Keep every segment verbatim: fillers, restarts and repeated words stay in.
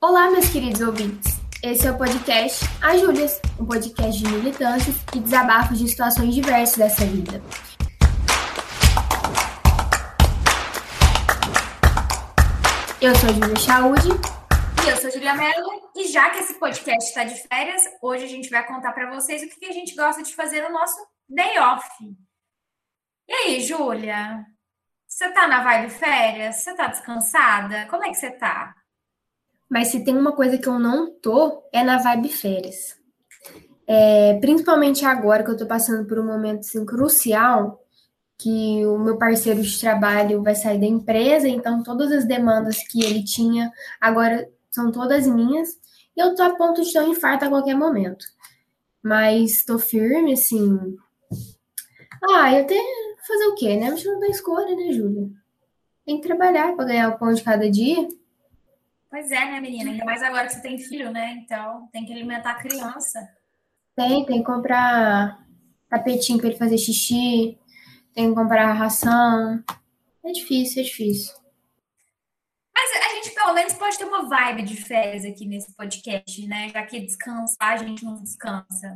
Olá, meus queridos ouvintes. Esse é o podcast A Júlias, um podcast de militâncias e desabafos de situações diversas dessa vida. Eu sou a Júlia Chaude. E eu sou a Julia Mello. E já que esse podcast está de férias, hoje a gente vai contar para vocês o que a gente gosta de fazer no nosso day off. E aí, Júlia? Você tá na vibe férias? Você tá descansada? Como é que você tá? Mas se tem uma coisa que eu não tô, é na vibe férias. É, principalmente agora que eu tô passando por um momento assim, crucial, que o meu parceiro de trabalho vai sair da empresa, então todas as demandas que ele tinha agora são todas minhas, e eu tô a ponto de ter um infarto a qualquer momento. Mas tô firme, assim. Ah, eu tenho fazer o quê, né? A gente não tem escolha, né, Júlia? Tem que trabalhar pra ganhar o pão de cada dia. Pois é, né, menina? Ainda mais agora que você tem filho, né? Então tem que alimentar a criança. Tem, tem que comprar tapetinho pra ele fazer xixi, tem que comprar ração. É difícil, é difícil. Mas a gente pelo menos pode ter uma vibe de férias aqui nesse podcast, né? Já que descansar a gente não descansa.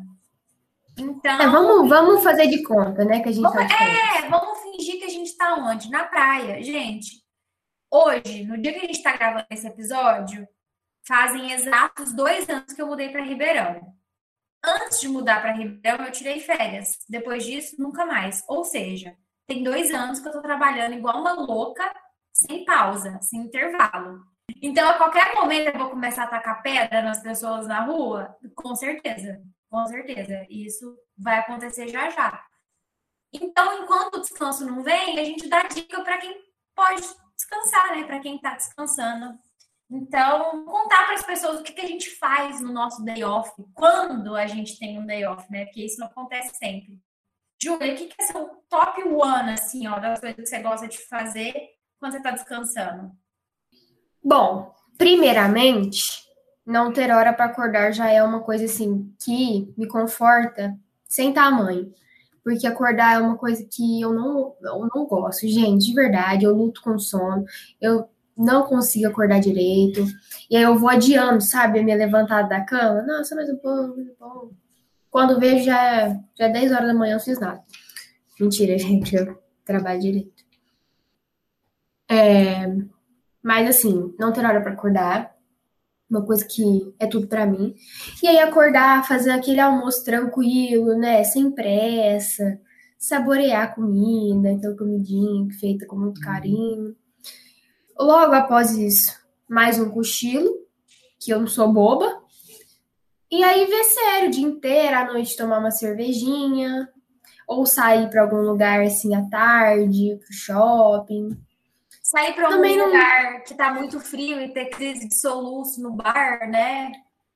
É, Então, vamos, vamos fazer de conta, né, que a gente vamos, tá de é, férias. vamos fingir que a gente tá onde? Na praia. Gente, hoje, no dia que a gente tá gravando esse episódio, fazem exatos dois anos que eu mudei para Ribeirão. Antes de mudar para Ribeirão, eu tirei férias. Depois disso, nunca mais. Ou seja, tem dois anos que eu tô trabalhando igual uma louca, sem pausa, sem intervalo. Então, a qualquer momento eu vou começar a tacar pedra nas pessoas na rua? Com certeza, com certeza. E isso vai acontecer já já. Então, enquanto o descanso não vem, a gente dá dica para quem pode descansar, né? Para quem está descansando. Então, contar para as pessoas o que, que a gente faz no nosso day off, quando a gente tem um day off, né? Porque isso não acontece sempre. Júlia, o que, que é seu top one, assim, ó, das coisas que você gosta de fazer quando você está descansando? Bom, primeiramente, não ter hora para acordar já é uma coisa assim que me conforta sem tamanho. Porque acordar é uma coisa que eu não, eu não gosto. Gente, de verdade, eu luto com sono. Eu não consigo acordar direito. E aí eu vou adiando, sabe, a minha levantada da cama. Nossa, mais um pouco, mais um pouco. Quando vejo, já, já é dez horas da manhã, eu não fiz nada. Mentira, gente, eu trabalho direito. Mas assim, não ter hora para acordar, uma coisa que é tudo para mim. E aí acordar, fazer aquele almoço tranquilo, né, sem pressa, saborear a comida, aquela comidinha feita com muito carinho. Logo após isso, mais um cochilo, que eu não sou boba. E aí ver sério o dia inteiro, à noite tomar uma cervejinha, ou sair para algum lugar assim à tarde, pro shopping. Sair para um Também não. lugar que está muito frio e ter crise de soluço no bar, né?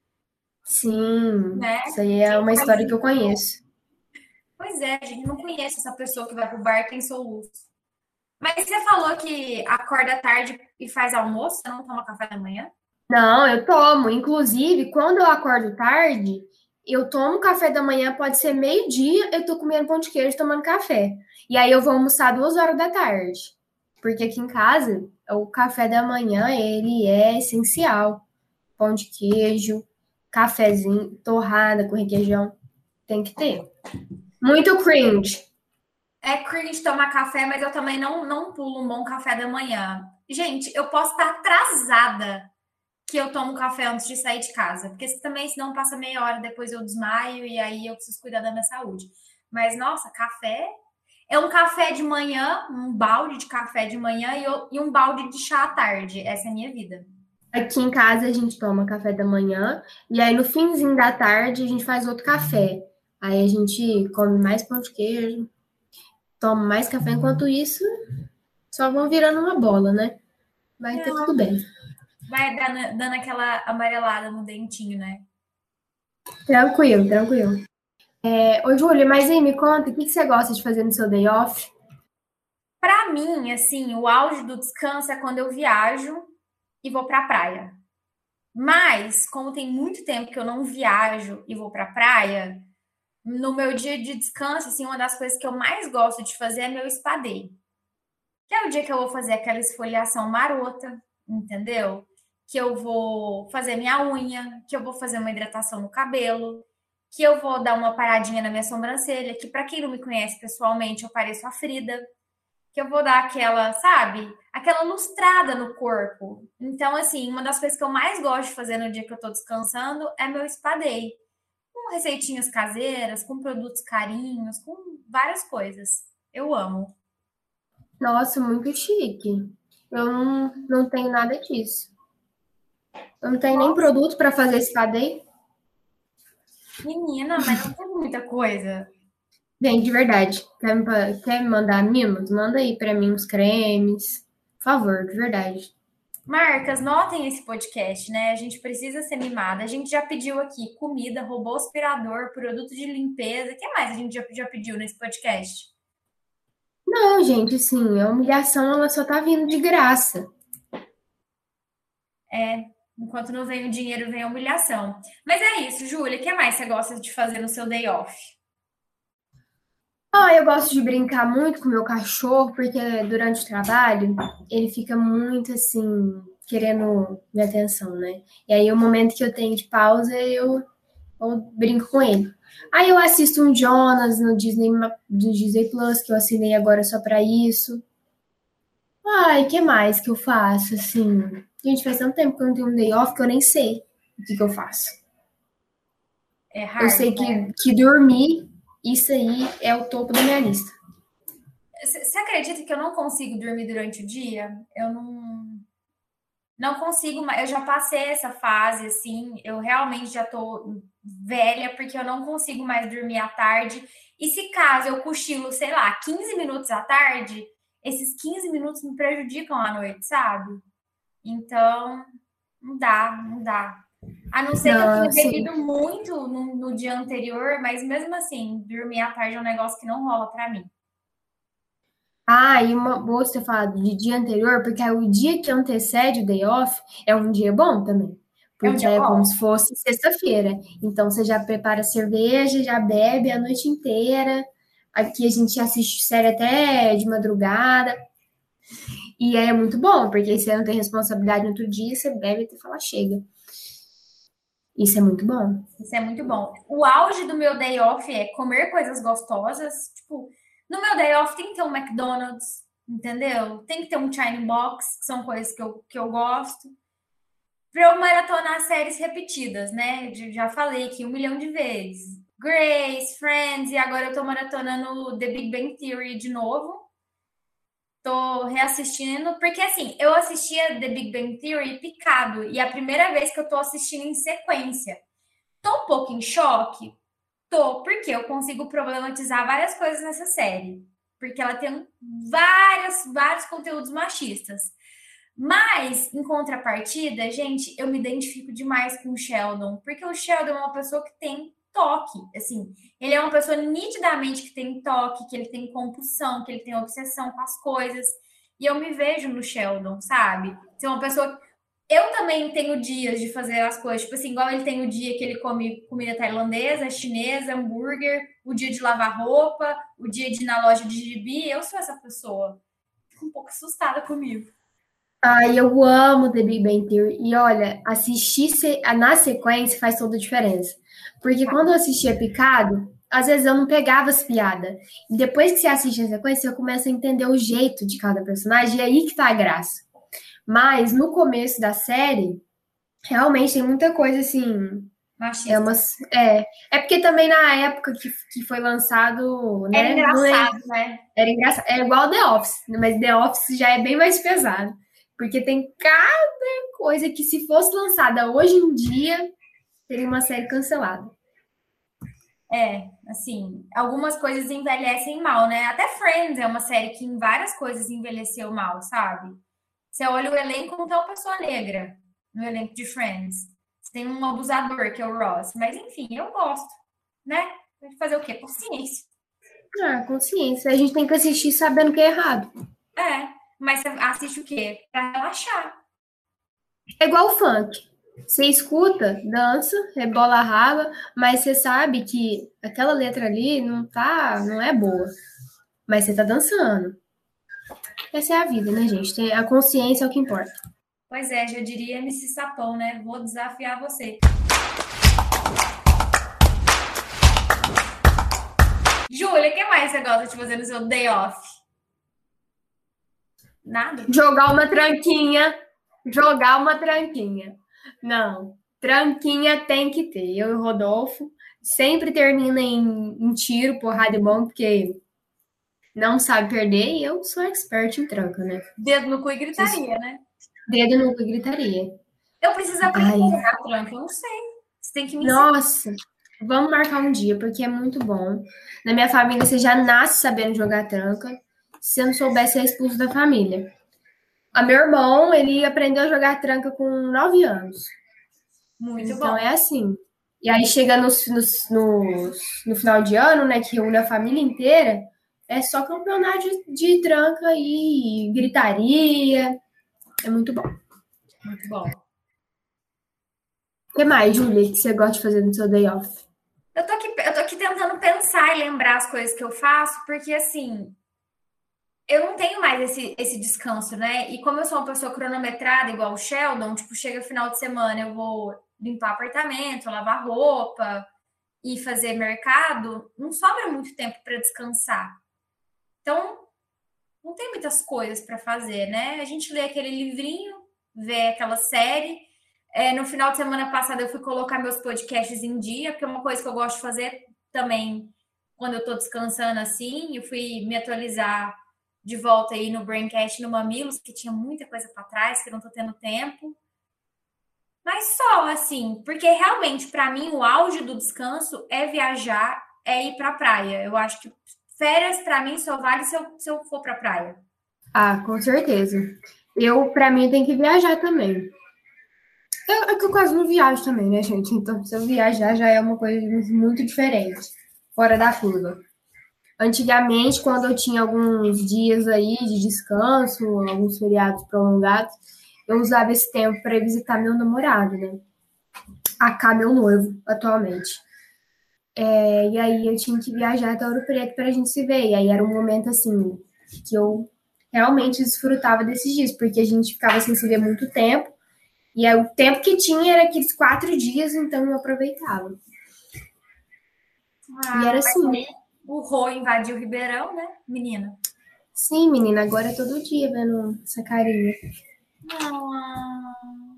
Sim, Né? isso aí é Quem uma faz história que eu isso? conheço. Pois é, a gente não conhece essa pessoa que vai pro bar e tem soluço. Mas você falou que acorda tarde e faz almoço, você não toma café da manhã? Não, eu tomo. Inclusive, quando eu acordo tarde, eu tomo café da manhã, pode ser meio-dia, eu tô comendo pão de queijo, tomando café. E aí eu vou almoçar duas horas da tarde. Porque aqui em casa, o café da manhã, ele é essencial. Pão de queijo, cafezinho, torrada com requeijão, tem que ter. Muito cringe. É cringe tomar café, mas eu também não, não pulo um bom café da manhã. Gente, eu posso estar atrasada que eu tomo café antes de sair de casa, porque se- também senão passa meia hora, depois eu desmaio e aí eu preciso cuidar da minha saúde. Mas, nossa, café é um café de manhã, um balde de café de manhã e, eu- e um balde de chá à tarde. Essa é a minha vida. Aqui em casa a gente toma café da manhã e aí no finzinho da tarde a gente faz outro café. Aí a gente come mais pão de queijo, toma mais café. Enquanto isso, só vão virando uma bola, né? Mas tá tudo bem. Vai dando, dando aquela amarelada no dentinho, né? Tranquilo, tranquilo. É, ô, Júlia, mas aí me conta, o que que você gosta de fazer no seu day off? Pra mim, assim, o auge do descanso é quando eu viajo e vou pra praia. Mas, como tem muito tempo que eu não viajo e vou pra praia, no meu dia de descanso, assim, uma das coisas que eu mais gosto de fazer é meu spa day. Que é o dia que eu vou fazer aquela esfoliação marota, entendeu? que eu vou fazer minha unha, que eu vou fazer uma hidratação no cabelo, que eu vou dar uma paradinha na minha sobrancelha, que para quem não me conhece pessoalmente, eu pareço a Frida, que eu vou dar aquela, sabe? Aquela lustrada no corpo. Então, assim, uma das coisas que eu mais gosto de fazer no dia que eu tô descansando é meu spa day. Com receitinhas caseiras, com produtos carinhos, com várias coisas. Eu amo. Nossa, muito chique. Eu não, não tenho nada disso. Eu não tenho nem Nossa, produto para fazer esse padê. menina, mas não tem muita coisa. Bem, de verdade. Quer me, pa- quer me mandar mimos? Manda aí para mim uns cremes. Por favor, de verdade. Marcas, notem esse podcast, né? A gente precisa ser mimada. A gente já pediu aqui comida, robô aspirador, produto de limpeza. O que mais a gente já, já pediu nesse podcast? Não, gente, assim, a humilhação ela só tá vindo de graça. É, enquanto não vem o dinheiro, vem a humilhação. Mas é isso, Júlia. O que mais você gosta de fazer no seu day off? Ah, eu gosto de brincar muito com o meu cachorro, porque durante o trabalho ele fica muito assim, querendo minha atenção, né? E aí, o momento que eu tenho de pausa, eu, eu brinco com ele. Aí, eu assisto um Jonas no Disney, no Disney Plus, que eu assinei agora só pra isso. Ai, que mais que eu faço, assim? Gente, faz tanto tempo que eu não tenho um day off que eu nem sei o que que eu faço. É Eu hard, sei né? que, que dormir, isso aí é o topo da minha lista. Você acredita que eu não consigo dormir durante o dia? Eu não, não consigo mais. Eu já passei essa fase, assim. Eu realmente já tô velha, porque eu não consigo mais dormir à tarde. E se caso eu cochilo, sei lá, quinze minutos à tarde, esses quinze minutos me prejudicam à noite, sabe? Então, não dá, não dá. A não ser que eu Não, tenha assim, bebido muito no, no dia anterior, mas mesmo assim, dormir à tarde é um negócio que não rola pra mim. ah, e uma boa você falar de dia anterior, porque aí o dia que antecede o day off é um dia bom também. É um Porque dia é como bom. se fosse sexta-feira. Então você já prepara cerveja, já bebe a noite inteira. Aqui a gente assiste série até de madrugada. E aí é muito bom, porque aí você não tem responsabilidade no outro dia, você bebe até falar chega. Isso é muito bom. Isso é muito bom. O auge do meu day off é comer coisas gostosas. Tipo, no meu day off tem que ter um McDonald's, entendeu? Tem que ter um China Box, que são coisas que eu, que eu gosto. Pra eu maratonar séries repetidas, né? De- Já falei aqui um milhão de vezes. Grace, Friends, e agora eu tô maratonando The Big Bang Theory de novo. Tô reassistindo, porque assim, eu assistia The Big Bang Theory picado, e é a primeira vez que eu tô assistindo em sequência. Tô um pouco em choque? Tô, porque eu consigo problematizar várias coisas nessa série. Porque ela tem várias, vários conteúdos machistas. Mas, em contrapartida, gente, eu me identifico demais com o Sheldon, porque o Sheldon é uma pessoa que tem toque, assim, ele é uma pessoa nitidamente que tem toque, que ele tem compulsão, que ele tem obsessão com as coisas, e eu me vejo no Sheldon, sabe? Ser uma pessoa. Eu também tenho dias de fazer as coisas, tipo assim, igual ele tem o dia que ele come comida tailandesa, chinesa, hambúrguer, o dia de lavar roupa, o dia de ir na loja de gibi, eu sou essa pessoa. Fico um pouco assustada comigo. Ai, eu amo The Big Bang Theory. E olha, assistir se- na sequência faz toda a diferença. Porque quando eu assistia picado, às vezes eu não pegava as piadas. E depois que você assiste a sequência, você começa a entender o jeito de cada personagem, e é aí que tá a graça. Mas no começo da série, realmente tem muita coisa assim. É Machista. umas, é, é porque também na época que, que foi lançado, Era né? Não é, engraçado, né? era engraçado. É igual The Office, mas The Office já é bem mais pesado. Porque tem cada coisa que, se fosse lançada hoje em dia, teria uma série cancelada. É, assim, algumas coisas envelhecem mal, né? Até Friends é uma série que em várias coisas envelheceu mal, sabe? Você olha o elenco, não tem uma pessoa negra no elenco de Friends. Você tem um abusador, que é o Ross. Mas, enfim, eu gosto, né? Tem que fazer o quê? Consciência. Ah, consciência. A gente tem que assistir sabendo que é errado. É, mas você assiste o quê? Pra relaxar. É igual o funk. Você escuta, dança, rebola a raba, mas você sabe que aquela letra ali não tá, não é boa. Mas você tá dançando. Essa é a vida, né, gente? A consciência é o que importa. Pois é, já diria M C Sapão, né? Vou desafiar você. Júlia, o que mais você gosta de fazer no seu day off? Nada? Jogar uma tranquinha. Jogar uma tranquinha. Não. Tranquinha tem que ter. Eu e o Rodolfo sempre termina em, em tiro, porrada e bom, porque não sabe perder e eu sou expert em tranca, né? Dedo no cu e gritaria, né? Dedo no cu e gritaria. Eu preciso aprender Ai, a jogar tranca, eu não sei. Você tem que me ensinar. nossa, vamos marcar um dia, porque é muito bom. Na minha família, você já nasce sabendo jogar tranca. Se você não soubesse, é expulso da família. A meu irmão, ele aprendeu a jogar tranca com nove anos. Muito Então bom. é assim. E aí chega no, no, no final de ano, né, que reúne a família inteira, é só campeonato de, de tranca e gritaria. É muito bom. Muito bom. O que mais, Julia, que você gosta de fazer no seu day off? Eu tô aqui, eu tô aqui tentando pensar e lembrar as coisas que eu faço, porque assim, eu não tenho mais esse, esse descanso, né? E como eu sou uma pessoa cronometrada, igual o Sheldon, tipo, chega final de semana, eu vou limpar apartamento, lavar roupa e fazer mercado, não sobra muito tempo para descansar. Então, não tem muitas coisas para fazer, né? A gente lê aquele livrinho, vê aquela série. É, no final de semana passada eu fui colocar meus podcasts em dia, porque é uma coisa que eu gosto de fazer também quando eu tô descansando assim. Eu fui me atualizar de volta aí no Braincast, no Mamilos, que tinha muita coisa para trás, que eu não tô tendo tempo. Mas só assim, porque realmente para mim o auge do descanso é viajar, é ir pra praia. Eu acho que férias para mim só vale se eu, se eu for pra praia. Ah, com certeza. Eu, pra mim, tem que viajar também. Eu, é que eu quase não viajo também, né, gente? Então, se eu viajar, já é uma coisa muito diferente, fora da curva. Antigamente, quando eu tinha alguns dias aí de descanso, alguns feriados prolongados, eu usava esse tempo para visitar meu namorado, né? Acá, meu noivo, atualmente. É, e aí eu tinha que viajar até Ouro Preto para a gente se ver. E aí era um momento assim que eu realmente desfrutava desses dias, porque a gente ficava sem se ver muito tempo. E aí, o tempo que tinha era aqueles quatro dias, então eu aproveitava. E Ah, era assim. o Rô invadiu o Ribeirão, né, menina? Sim, menina, agora é todo dia vendo essa carinha. Ah,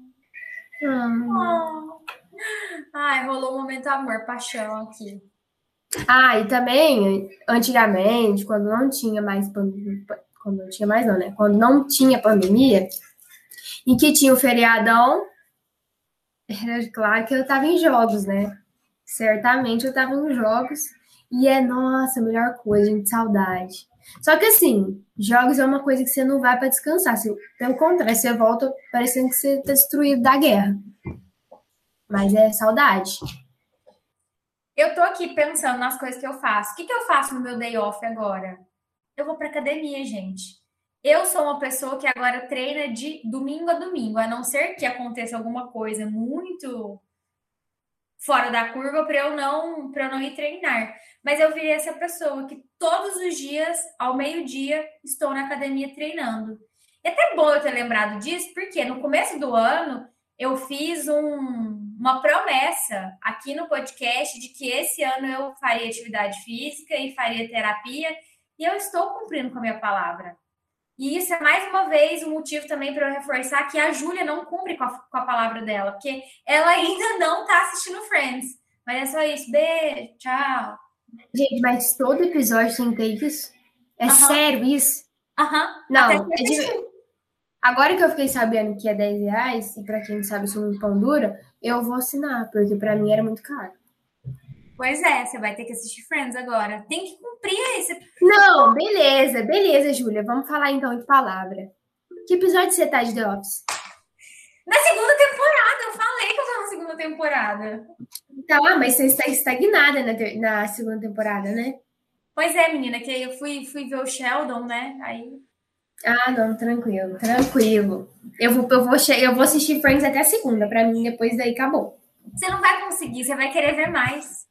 Ah, ah. Ai, rolou um momento amor, paixão aqui. ah, e também, antigamente, quando não tinha mais pandemia, quando não tinha mais não, né? Quando não tinha pandemia, e que tinha o feriadão, era claro que eu tava em jogos, né? Certamente eu tava em jogos, e é, nossa, a melhor coisa, gente, saudade. Só que assim, jogos é uma coisa que você não vai pra descansar. Você, pelo contrário, você volta parecendo que você tá destruído da guerra. Mas é saudade. Eu tô aqui pensando nas coisas que eu faço. O que que eu faço no meu day off agora? Eu vou pra academia, gente. Eu sou uma pessoa que agora treina de domingo a domingo, a não ser que aconteça alguma coisa muito fora da curva para eu não para eu não ir treinar. Mas eu virei essa pessoa que todos os dias, ao meio-dia, estou na academia treinando. E é até bom eu ter lembrado disso, porque no começo do ano eu fiz um, uma promessa aqui no podcast de que esse ano eu faria atividade física e faria terapia, e eu estou cumprindo com a minha palavra. E isso é mais uma vez um motivo também para eu reforçar que a Júlia não cumpre com a, com a palavra dela, porque ela ainda não está assistindo Friends. Mas é só isso. Beijo, tchau. Gente, mas todo episódio tem que ter isso? É Aham, sério isso? aham. Até Não, que é de... assistiu. agora que eu fiquei sabendo que é dez reais, e pra quem não sabe, sou um pão dura, eu vou assinar, porque pra mim era muito caro. Pois é, você vai ter que assistir Friends agora. Tem que cumprir esse. Não, beleza, beleza, Júlia. Vamos falar então de palavra. Que episódio você tá de The Office? Na segunda temporada, eu falei que eu tô na segunda temporada. Tá, mas você está estagnada na, ter- na segunda temporada, né? Pois é, menina, que eu fui, fui ver o Sheldon, né? Aí. Ah, não, tranquilo, tranquilo. Eu vou, eu vou, che- eu vou assistir Friends até a segunda, pra mim depois daí acabou. Você não vai conseguir, você vai querer ver mais.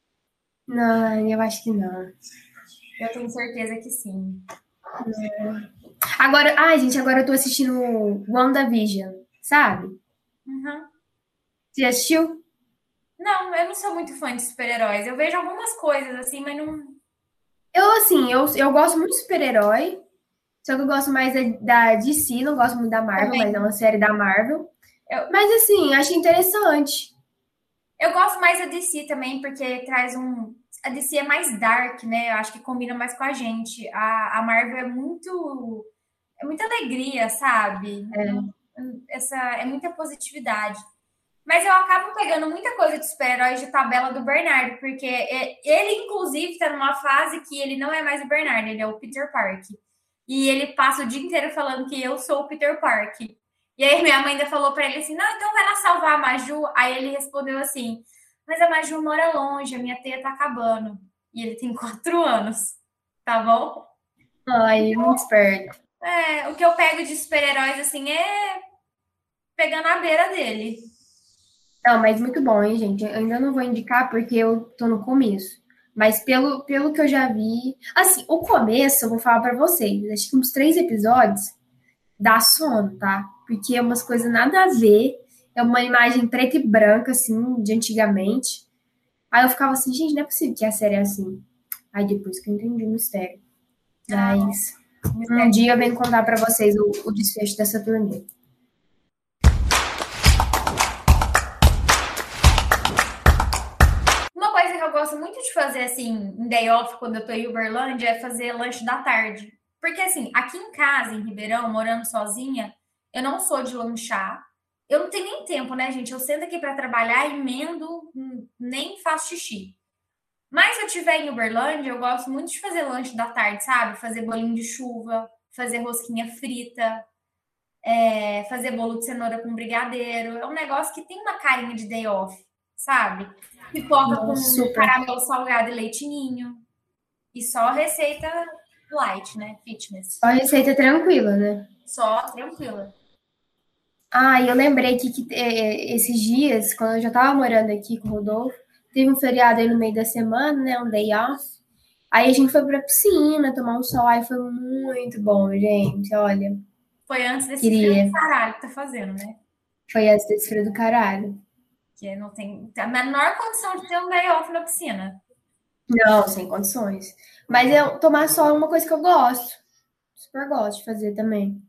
Não, eu acho que não. Eu tenho certeza que sim. Agora, ai, gente, agora eu tô assistindo WandaVision. sabe? Uhum. Você já assistiu? Não, eu não sou muito fã de super-heróis. Eu vejo algumas coisas assim, mas não. Eu, assim, eu, eu gosto muito de super-herói, só que eu gosto mais da, da D C, não gosto muito da Marvel, mas é Também. uma série da Marvel. Eu, Mas, assim, achei interessante. eu gosto mais da D C também, porque traz um. A D C é mais dark, né? Eu acho que combina mais com a gente. A, a Marvel é muito. É muita alegria, sabe? É. Essa, é muita positividade. Mas eu acabo pegando muita coisa de super-heróis de tabela do Bernardo, porque ele, inclusive, tá numa fase que ele não é mais o Bernardo, ele é o Peter Parker. E ele passa o dia inteiro falando que eu sou o Peter Parker. E aí minha mãe ainda falou pra ele assim, não, então vai lá salvar a Maju. Aí ele respondeu assim, mas a Maju mora longe, a minha teia tá acabando. E ele tem quatro anos, tá bom? Ai, muito esperto. É, o que eu pego de super-heróis, assim, é pegando a beira dele. Não, mas muito bom, hein, gente? Eu ainda não vou indicar porque eu tô no começo. Mas pelo, pelo que eu já vi. Assim, o começo, eu vou falar pra vocês. Acho que uns três episódios dá sono, tá? Porque é umas coisas nada a ver. É uma imagem preta e branca, assim, de antigamente. Aí eu ficava assim, gente, não é possível que a série é assim. Aí depois que eu entendi o mistério. Ah, Mas um mistério. dia eu venho contar pra vocês o, o desfecho dessa turnê. Uma coisa que eu gosto muito de fazer, assim, em day off, quando eu tô em Uberlândia, é fazer lanche da tarde. Porque, assim, aqui em casa, em Ribeirão, morando sozinha, eu não sou de lanchar. Eu não tenho nem tempo, né, gente? Eu sento aqui pra trabalhar, emendo, hum, nem faço xixi. Mas se eu estiver em Uberlândia, eu gosto muito de fazer lanche da tarde, sabe? Fazer bolinho de chuva, fazer rosquinha frita, é, fazer bolo de cenoura com brigadeiro. É um negócio que tem uma carinha de day off, sabe? Pipoca Nossa, com super. caramelo salgado e leitinho. E só receita light, né? Fitness. Só receita tranquila, né? Só tranquila. Ah, e eu lembrei que, que é, esses dias, quando eu já tava morando aqui com o Rodolfo, teve um feriado aí no meio da semana, né? Um day off. Aí a gente foi pra piscina, tomar um sol, aí foi muito bom, gente. Olha, Foi antes desse frio do queria. caralho que tá fazendo, né? Foi antes desse frio do caralho. Que não tem a menor condição de ter um day off na piscina. Não, sem condições. Mas eu, tomar sol é uma coisa que eu gosto. Super gosto de fazer também.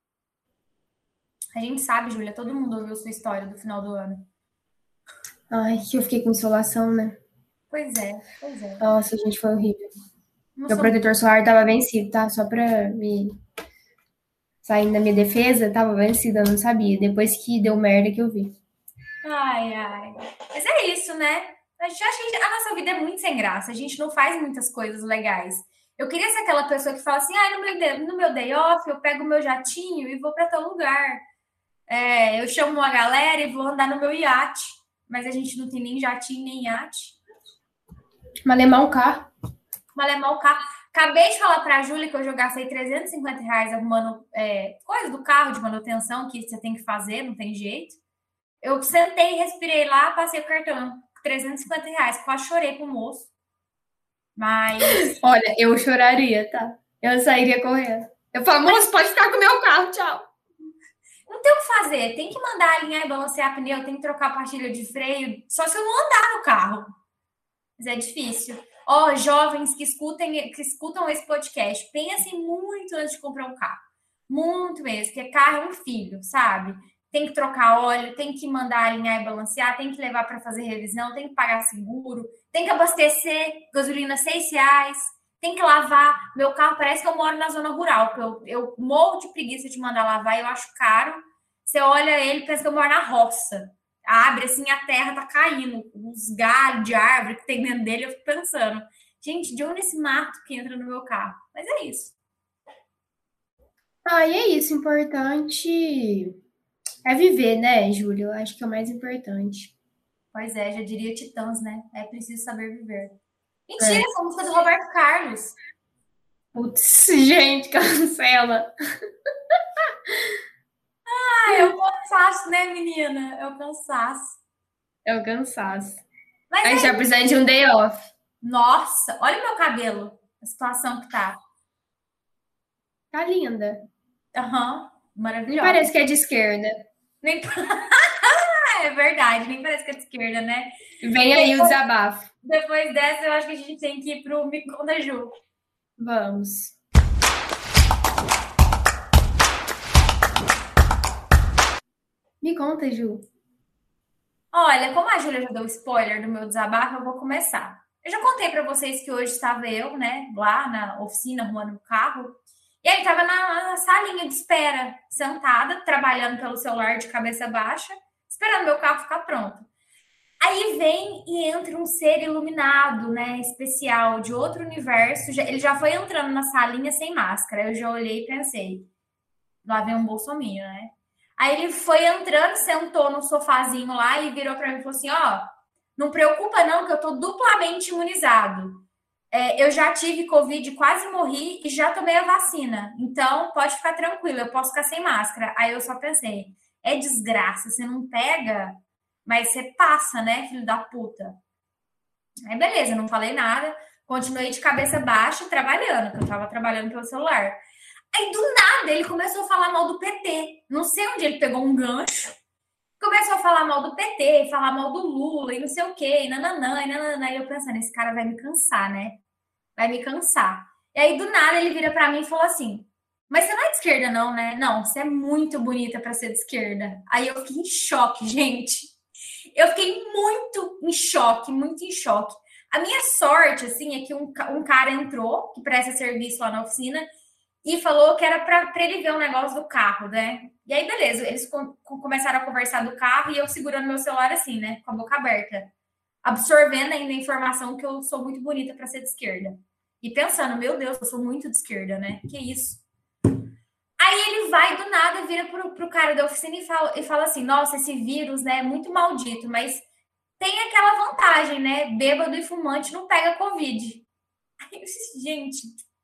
A gente sabe, Júlia, todo mundo ouviu sua história do final do ano. Ai, que eu fiquei com insolação, né? Pois é, pois é. Nossa, gente, foi horrível. Não Meu sou muito. protetor solar tava vencido, tá? Só pra me sair da minha defesa, tava vencido, eu não sabia. Depois que deu merda que eu vi. Ai, ai. Mas é isso, né? A gente acha que a nossa vida é muito sem graça. A gente não faz muitas coisas legais. Eu queria ser aquela pessoa que fala assim: ah, no meu, day, no meu day off, eu pego o meu jatinho e vou para tal lugar. É, eu chamo uma galera e vou andar no meu iate. Mas a gente não tem nem jatinho, nem iate. Malemar um carro. Malemar o carro. Acabei de falar para a Júlia que eu já gastei trezentos e cinquenta reais arrumando é, coisa do carro de manutenção que você tem que fazer, não tem jeito. Eu sentei, respirei lá, passei o cartão. trezentos e cinquenta reais. Quase chorei pro moço. Mas Olha, eu choraria, tá? Eu sairia correndo. Eu falo, moço, pode ficar com o meu carro, tchau. não tem o que fazer. Tem que mandar alinhar e balancear pneu, tem que trocar a pastilha de freio. Só se eu não andar no carro. Mas é difícil. Ó, oh, jovens que, escutem, que escutam esse podcast, pensem muito antes de comprar um carro. Muito mesmo, porque carro é um filho, sabe? Tem que trocar óleo, tem que mandar alinhar e balancear, tem que levar para fazer revisão, tem que pagar seguro, tem que abastecer, gasolina seis reais, tem que lavar. Meu carro parece que eu moro na zona rural, porque eu, eu morro de preguiça de mandar lavar, eu acho caro. Você olha ele e pensa que eu moro na roça. Abre assim, a terra tá caindo, os galhos de árvore que tem dentro dele, eu fico pensando, gente, de onde esse mato que entra no meu carro? Mas é isso. Ah, e é isso. Importante é viver, né, Júlia? Eu acho que é o mais importante. Pois é, já diria Titãs, né? É preciso saber viver. Mentira, É. essa música do Roberto Carlos. Putz, gente, cancela. Ah, é o cansaço, né, menina? É o cansaço. É o cansaço. Mas A gente é, já precisa de um day off. nossa, olha o meu cabelo, a situação que tá. Tá linda. Aham, Não maravilhosa. parece que é de esquerda. Nem... é verdade, nem parece que é de esquerda, né? Vem aí o desabafo. Depois dessa, eu acho que a gente tem que ir pro Me Conta Ju. Vamos. Me conta, Ju. Olha, como a Júlia já deu spoiler do meu desabafo, eu vou começar. Eu já contei para vocês que hoje estava eu, né, lá na oficina, arrumando o carro, e aí estava na, na salinha de espera, sentada, trabalhando pelo celular de cabeça baixa, esperando meu carro ficar pronto. Aí vem e entra um ser iluminado, né, especial, de outro universo. Já- ele já foi entrando na salinha sem máscara. Eu já olhei e pensei, lá vem um bolsominion, né? Aí ele foi entrando, sentou no sofazinho lá e virou para mim e falou assim: ó, não preocupa não, que eu tô duplamente imunizado. É, eu já tive Covid, quase morri e já tomei a vacina. Então, pode ficar tranquilo, eu posso ficar sem máscara. Aí eu só pensei, é desgraça, você não pega, mas você passa, né, filho da puta? Aí beleza, não falei nada, continuei de cabeça baixa trabalhando, que eu tava trabalhando pelo celular. Aí do nada ele começou a falar mal do P T. Não sei onde ele pegou um gancho. Começou a falar mal do P T, falar mal do Lula e não sei o quê, e nananã, e nananã. E eu pensando, esse cara vai me cansar, né? Vai me cansar. E aí do nada ele vira pra mim e falou assim: Mas você não é de esquerda, não, né? Não, você é muito bonita pra ser de esquerda. Aí eu fiquei em choque, gente. Eu fiquei muito em choque, muito em choque. A minha sorte, assim, é que um, um cara entrou, que presta serviço lá na oficina, e falou que era para ele ver um negócio do carro, né? E aí, beleza, eles com, com, começaram a conversar do carro e eu segurando meu celular assim, né? Com a boca aberta, absorvendo ainda a informação que eu sou muito bonita para ser de esquerda. E pensando, meu Deus, eu sou muito de esquerda, né? Que isso? Aí ele vai do nada, vira pro, pro cara da oficina e fala, e fala assim: Nossa, esse vírus, né, é muito maldito, mas tem aquela vantagem, né? Bêbado e fumante não pega Covid. Aí eu disse, gente,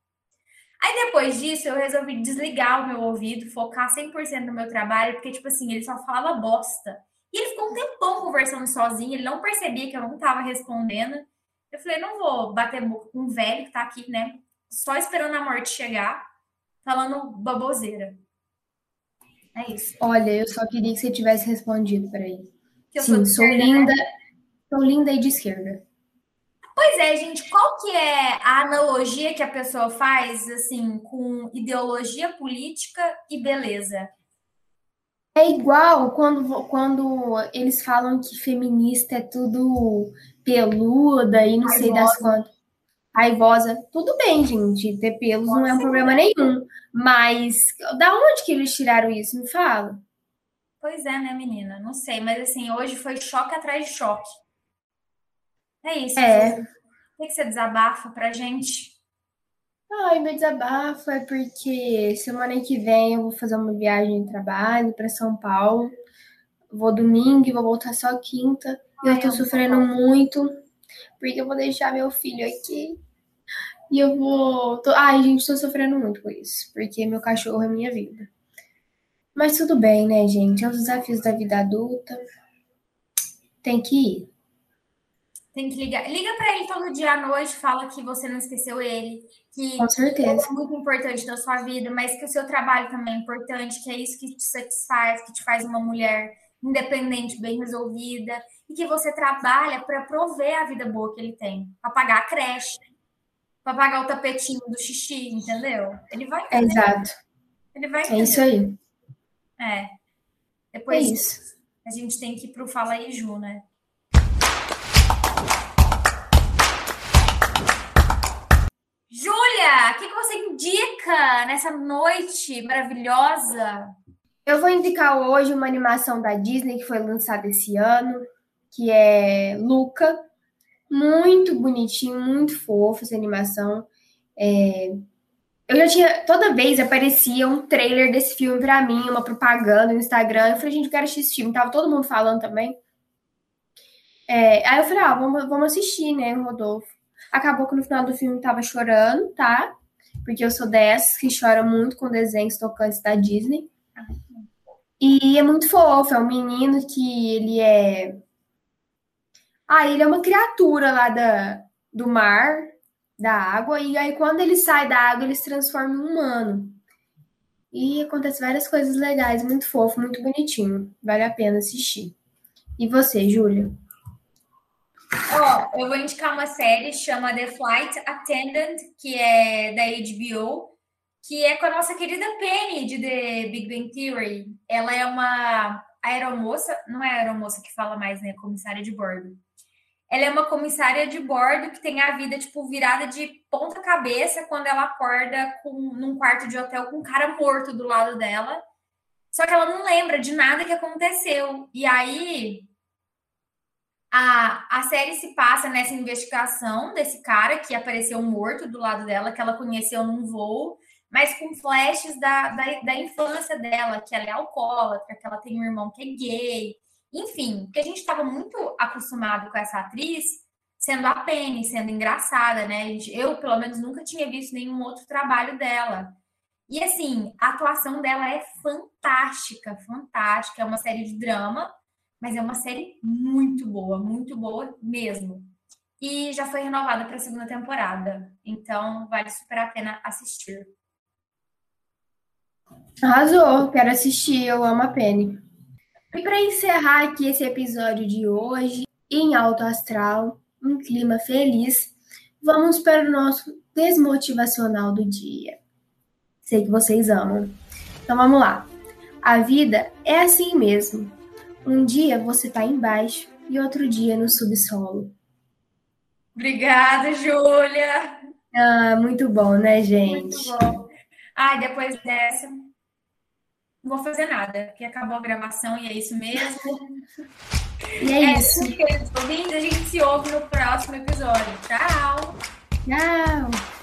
aí depois disso, eu resolvi desligar o meu ouvido, focar cem por cento no meu trabalho, porque, tipo assim, ele só falava bosta. E ele ficou um tempão conversando sozinho, ele não percebia que eu não tava respondendo. Eu falei, não vou bater boca com um velho que tá aqui, né? Só esperando a morte chegar, falando baboseira. É isso. Olha, eu só queria que você tivesse respondido para ele. Que eu sou Sim, de sou esquerda. linda, sou linda e de esquerda. Pois é, gente, qual que é a analogia que a pessoa faz, assim, com ideologia política e beleza? É igual quando, quando eles falam que feminista é tudo peluda e não sei das Raivosa. quantas, raivosa. Tudo bem, gente, ter pelos não Pode é um ser. problema nenhum. Mas da onde que eles tiraram isso? Me fala. Pois é, né, menina? Não sei, mas assim, hoje foi choque atrás de choque. É isso, Ju. É. O que que você desabafa pra gente? Ai, meu desabafo é porque semana que vem eu vou fazer uma viagem de trabalho para São Paulo. Vou domingo e vou voltar só quinta. E eu Ai, tô amo São sofrendo Paulo. muito, porque eu vou deixar meu filho aqui. E eu vou. Tô... Ai, gente, tô sofrendo muito com isso, porque meu cachorro é minha vida. Mas tudo bem, né, gente? É os desafios da vida adulta. Tem que ir. Tem que ligar. Liga pra ele todo dia à noite, fala que você não esqueceu ele, que Com ele certeza. é muito importante na sua vida, mas que o seu trabalho também é importante, que é isso que te satisfaz, que te faz uma mulher independente, bem resolvida, e que você trabalha para prover a vida boa que ele tem, para pagar a creche, para pagar o tapetinho do xixi, entendeu? Ele vai É entender, exato. ele vai É isso entender. aí. É, É depois isso. disso, a gente tem que ir pro Fala aí, Ju, né? Júlia, o que que você indica nessa noite maravilhosa? Eu vou indicar hoje uma animação da Disney que foi lançada esse ano, que é Luca. Muito bonitinho, muito fofo essa animação. Eu já tinha, toda vez aparecia um trailer desse filme pra mim, uma propaganda no Instagram. Eu falei, gente, eu quero assistir esse filme. Tava todo mundo falando também. É, aí eu falei, ah, vamos, vamos assistir, né, Rodolfo. Acabou que no final do filme tava chorando, tá? Porque eu sou dessas que chora muito com desenhos tocantes da Disney. E é muito fofo, é um menino que ele é. Ah, ele é uma criatura lá da, do mar, da água, e aí quando ele sai da água, ele se transforma em um humano. e acontece várias coisas legais, muito fofo, muito bonitinho. Vale a pena assistir. E você, Júlia? Ó, eu vou indicar uma série, chama The Flight Attendant, que é da H B O, que é com a nossa querida Penny, de The Big Bang Theory. Ela é uma aeromoça, não é aeromoça que fala mais, né? Comissária de bordo. Ela é uma comissária de bordo que tem a vida, tipo, virada de ponta cabeça quando ela acorda com, num quarto de hotel com um cara morto do lado dela. Só que ela não lembra de nada que aconteceu. E aí, a, a série se passa nessa investigação desse cara que apareceu morto do lado dela, que ela conheceu num voo, mas com flashes da, da, da infância dela, que ela é alcoólatra, que ela tem um irmão que é gay. Enfim, porque a gente estava muito acostumado com essa atriz sendo a Penny, sendo engraçada, né? Eu, pelo menos, nunca tinha visto nenhum outro trabalho dela. E, assim, a atuação dela é fantástica, fantástica. É uma série de drama, mas é uma série muito boa, muito boa mesmo. E já foi renovada para a segunda temporada. Então, vale super a pena assistir. Arrasou, quero assistir, eu amo a Penny. E para encerrar aqui esse episódio de hoje, em alto astral, um clima feliz, vamos para o nosso desmotivacional do dia. Sei que vocês amam. Então vamos lá. A vida é assim mesmo. Um dia você tá embaixo e outro dia no subsolo. Obrigada, Júlia. Ah, muito bom, né, gente? Muito bom. Ai, depois dessa, não vou fazer nada, porque acabou a gravação e é isso mesmo. E é, é isso. Queridos ouvintes, a gente se ouve no próximo episódio. Tchau! Tchau!